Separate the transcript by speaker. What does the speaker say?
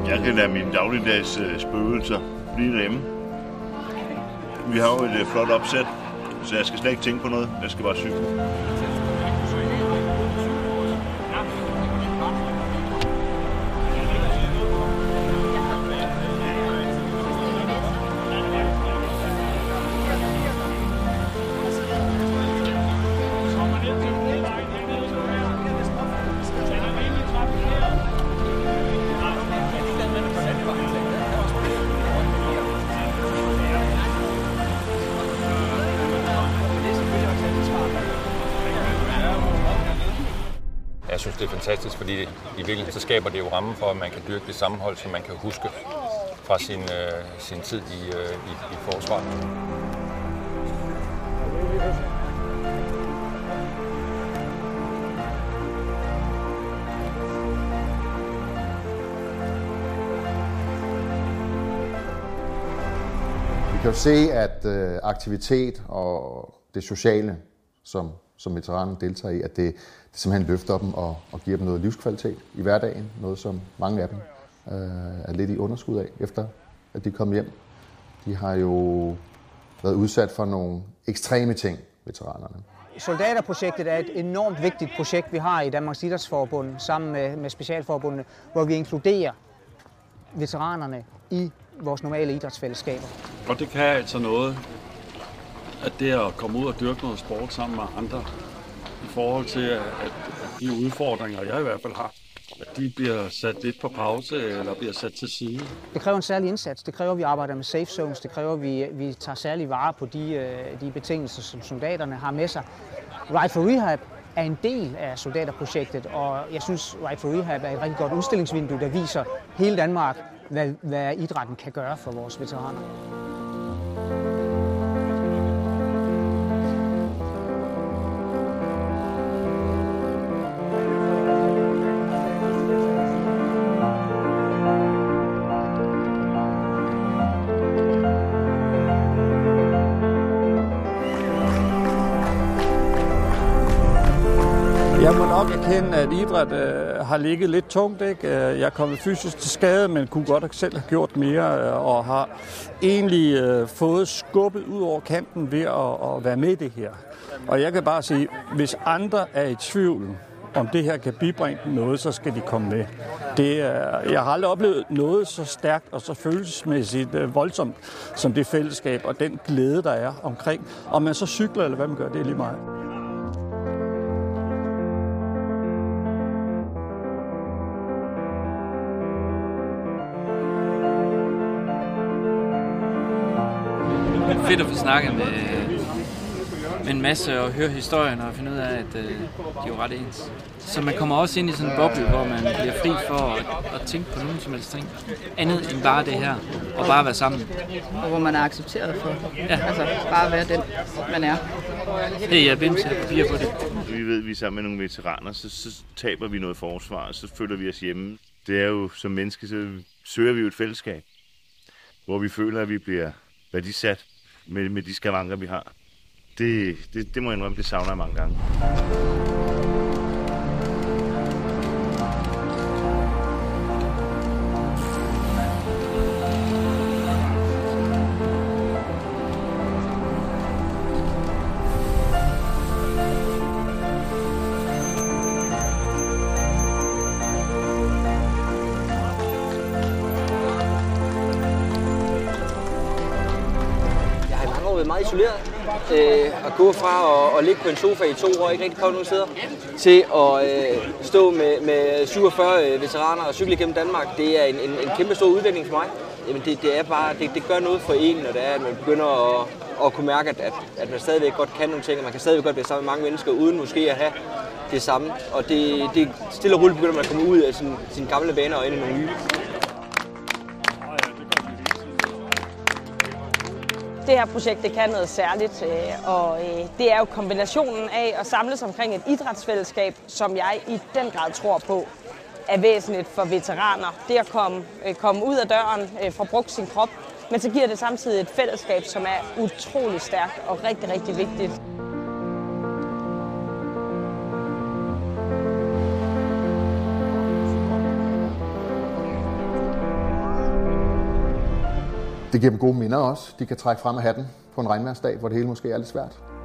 Speaker 1: Jeg kan lade mine dagligdags spøgelser blive derhjemme. Vi har jo et flot opsæt, så jeg skal slet ikke tænke på noget. Jeg skal bare cykle.
Speaker 2: Jeg synes, det er fantastisk, fordi i virkeligheden så skaber det jo rammen for, at man kan dyrke det sammenhold, som man kan huske fra sin tid i forsvaret.
Speaker 3: Vi kan jo se, at aktivitet og det sociale, som veteranen deltager i, at det simpelthen løfter dem og giver dem noget livskvalitet i hverdagen. Noget, som mange af dem er lidt i underskud af, efter at de kom hjem. De har jo været udsat for nogle ekstreme ting, veteranerne.
Speaker 4: Soldaterprojektet er et enormt vigtigt projekt, vi har i Danmarks Idrætsforbund, sammen med specialforbundene, hvor vi inkluderer veteranerne i vores normale idrætsfællesskaber.
Speaker 5: Og det kan altså noget, at det at komme ud og dyrke noget sport sammen med andre, i forhold til, at de udfordringer, jeg i hvert fald har, at de bliver sat lidt på pause eller bliver sat til side.
Speaker 4: Det kræver en særlig indsats. Det kræver, at vi arbejder med safe zones. Det kræver, at vi tager særlig vare på de betingelser, som soldaterne har med sig. Ride for Rehab er en del af soldaterprojektet, og jeg synes, Ride for Rehab er et rigtig godt udstillingsvindue, der viser hele Danmark, hvad idrætten kan gøre for vores veteraner.
Speaker 5: Jeg må nok erkende, at idræt har ligget lidt tungt. Ikke? Jeg er kommet fysisk til skade, men kunne godt selv have gjort mere, og har egentlig fået skubbet ud over kanten ved at være med i det her. Og jeg kan bare sige, hvis andre er i tvivl, om det her kan bibringe noget, så skal de komme med. Jeg har aldrig oplevet noget så stærkt og så følelsesmæssigt voldsomt som det fællesskab og den glæde, der er omkring. Om man så cykler eller hvad man gør, det er lige meget.
Speaker 6: Fedt at få snakket med en masse og høre historien og finde ud af, at de er jo ret ens. Så man kommer også ind i sådan en boble, hvor man bliver fri for at tænke på nogen som helst ting. Andet end bare det her, og bare være sammen.
Speaker 7: Og hvor man er accepteret for. Ja. Altså bare være den, man er.
Speaker 6: Hey, jeg er bindt til papir på det.
Speaker 1: Vi ved, at vi er sammen med nogle veteraner, så taber vi noget forsvar, så føler vi os hjemme. Det er jo som menneske, så søger vi jo et fællesskab, hvor vi føler, at vi bliver værdisat med de skavanker, vi har. Det må jeg indrømme, det savner jeg mange gange.
Speaker 8: Meget isoleret. At gå fra at ligge på en sofa i 2 år, ikke rigtig komme nogen steder, til at stå med 47 veteraner og cykle gennem Danmark, det er en kæmpe stor udvikling for mig. Jamen det er bare, det gør noget for en, når det er, at man begynder at kunne mærke, at man stadigvæk godt kan nogle ting, og man kan stadigvæk godt være sammen med mange mennesker, uden måske at have det samme. Og det stille og roligt begynder man at komme ud af sine gamle vaner og ind i nogle nye.
Speaker 9: Det her projekt, det kan noget særligt, og det er jo kombinationen af at samles omkring et idrætsfællesskab, som jeg i den grad tror på er væsentligt for veteraner. Det at komme ud af døren, få brugt sin krop, men så giver det samtidig et fællesskab, som er utrolig stærkt og rigtig, rigtig vigtigt.
Speaker 3: Det giver dem gode minder også. De kan trække frem af hatten på en regnvejrsdag, hvor det hele måske er lidt svært.